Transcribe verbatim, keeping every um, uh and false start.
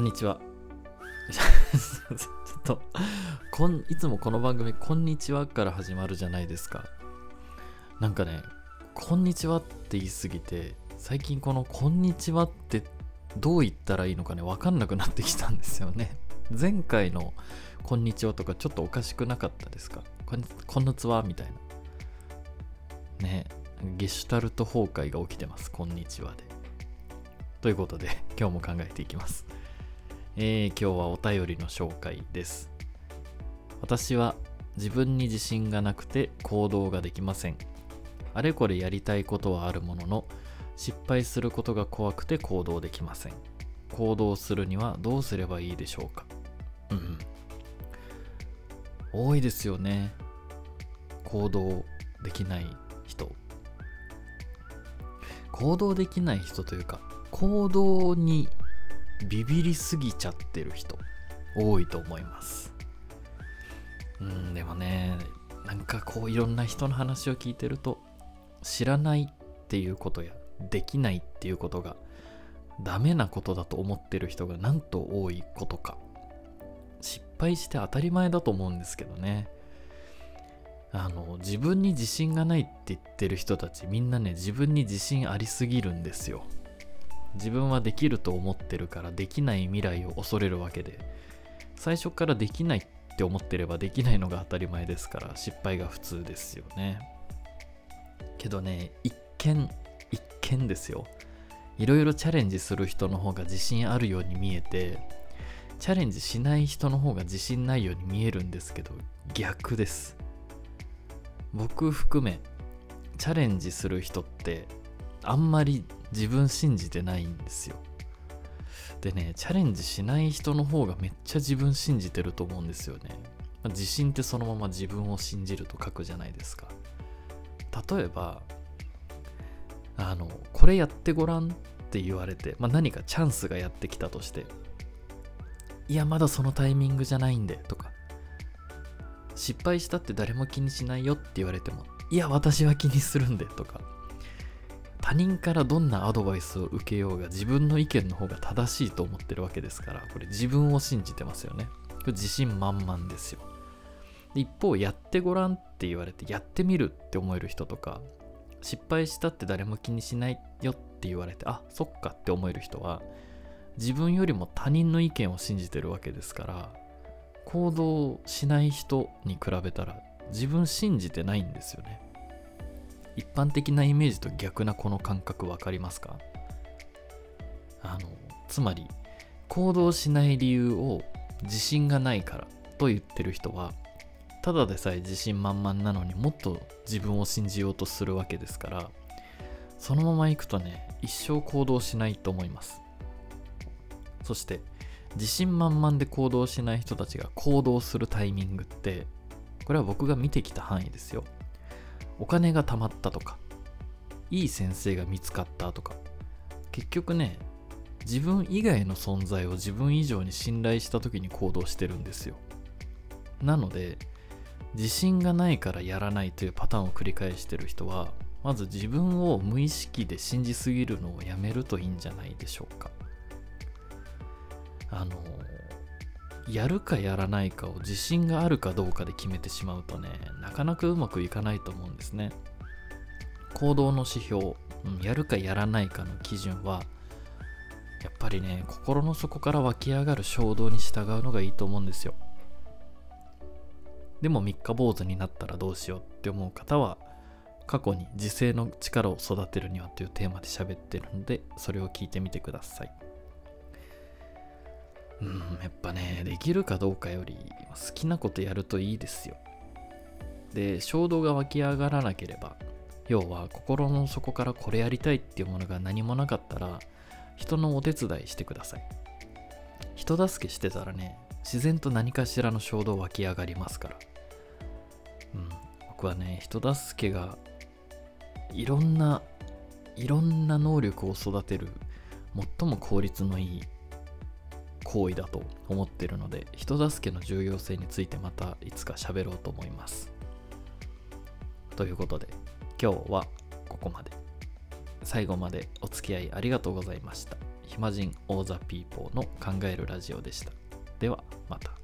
こんにちは。ちょっとこんいつもこの番組こんにちはから始まるじゃないですか。なんかね、こんにちはって言いすぎて、最近このこんにちはってどう言ったらいいのかね、わかんなくなってきたんですよね。前回のこんにちはとかちょっとおかしくなかったですか？こんこんにちはみたいなね。ゲシュタルト崩壊が起きてます。こんにちはで。ということで今日も考えていきます。えー、今日はお便りの紹介です。私は自分に自信がなくて行動ができません。あれこれやりたいことはあるものの、失敗することが怖くて行動できません。行動するにはどうすればいいでしょうか？うん、多いですよね。行動できない人。行動できない人というか、行動にビビりすぎちゃってる人多いと思います。うんでもね、なんかこういろんな人の話を聞いてると、知らないっていうことやできないっていうことがダメなことだと思ってる人がなんと多いことか。失敗して当たり前だと思うんですけどね。あの自分に自信がないって言ってる人たち、みんなね、自分に自信ありすぎるんですよ。自分はできると思ってるから、できない未来を恐れるわけで、最初からできないって思ってればできないのが当たり前ですから、失敗が普通ですよね。けどね、一見一見ですよ、いろいろチャレンジする人の方が自信あるように見えて、チャレンジしない人の方が自信ないように見えるんですけど、逆です。僕含めチャレンジする人ってあんまり自分信じてないんですよ。でね、チャレンジしない人の方がめっちゃ自分信じてると思うんですよね。自信ってそのまま自分を信じると書くじゃないですか。例えばあのこれやってごらんって言われて、まあ、何かチャンスがやってきたとして、いやまだそのタイミングじゃないんでとか、失敗したって誰も気にしないよって言われても、いや私は気にするんでとか、他人からどんなアドバイスを受けようが自分の意見の方が正しいと思ってるわけですから、これ自分を信じてますよね。これ自信満々ですよ。で一方、やってごらんって言われてやってみるって思える人とか、失敗したって誰も気にしないよって言われて、あ、そっかって思える人は、自分よりも他人の意見を信じてるわけですから、行動しない人に比べたら自分信じてないんですよね。一般的なイメージと逆なこの感覚わかりますか？あのつまり行動しない理由を自信がないからと言ってる人は、ただでさえ自信満々なのにもっと自分を信じようとするわけですから、そのまま行くとね、一生行動しないと思います。そして自信満々で行動しない人たちが行動するタイミングって、これは僕が見てきた範囲ですよ。お金が貯まったとか、いい先生が見つかったとか、結局ね、自分以外の存在を自分以上に信頼した時に行動してるんですよ。なので自信がないからやらないというパターンを繰り返してる人は、まず自分を無意識で信じすぎるのをやめるといいんじゃないでしょうか。あのやるかやらないかを自信があるかどうかで決めてしまうとね、なかなかうまくいかないと思うんですね。行動の指標、うん、やるかやらないかの基準は、やっぱりね、心の底から湧き上がる衝動に従うのがいいと思うんですよ。でも三日坊主になったらどうしようって思う方は、過去に自制の力を育てるにはというテーマで喋ってるので、それを聞いてみてください。うん、やっぱね、できるかどうかより好きなことやるといいですよ。で、衝動が湧き上がらなければ、要は心の底からこれやりたいっていうものが何もなかったら、人のお手伝いしてください。人助けしてたらね、自然と何かしらの衝動湧き上がりますから。うん、僕はね、人助けがいろんないろんな能力を育てる最も効率のいい行為だと思ってるので、人助けの重要性についてまたいつか喋ろうと思います。ということで今日はここまで。最後までお付き合いありがとうございました。ひ Imagine All the People の考えるラジオでした。ではまた。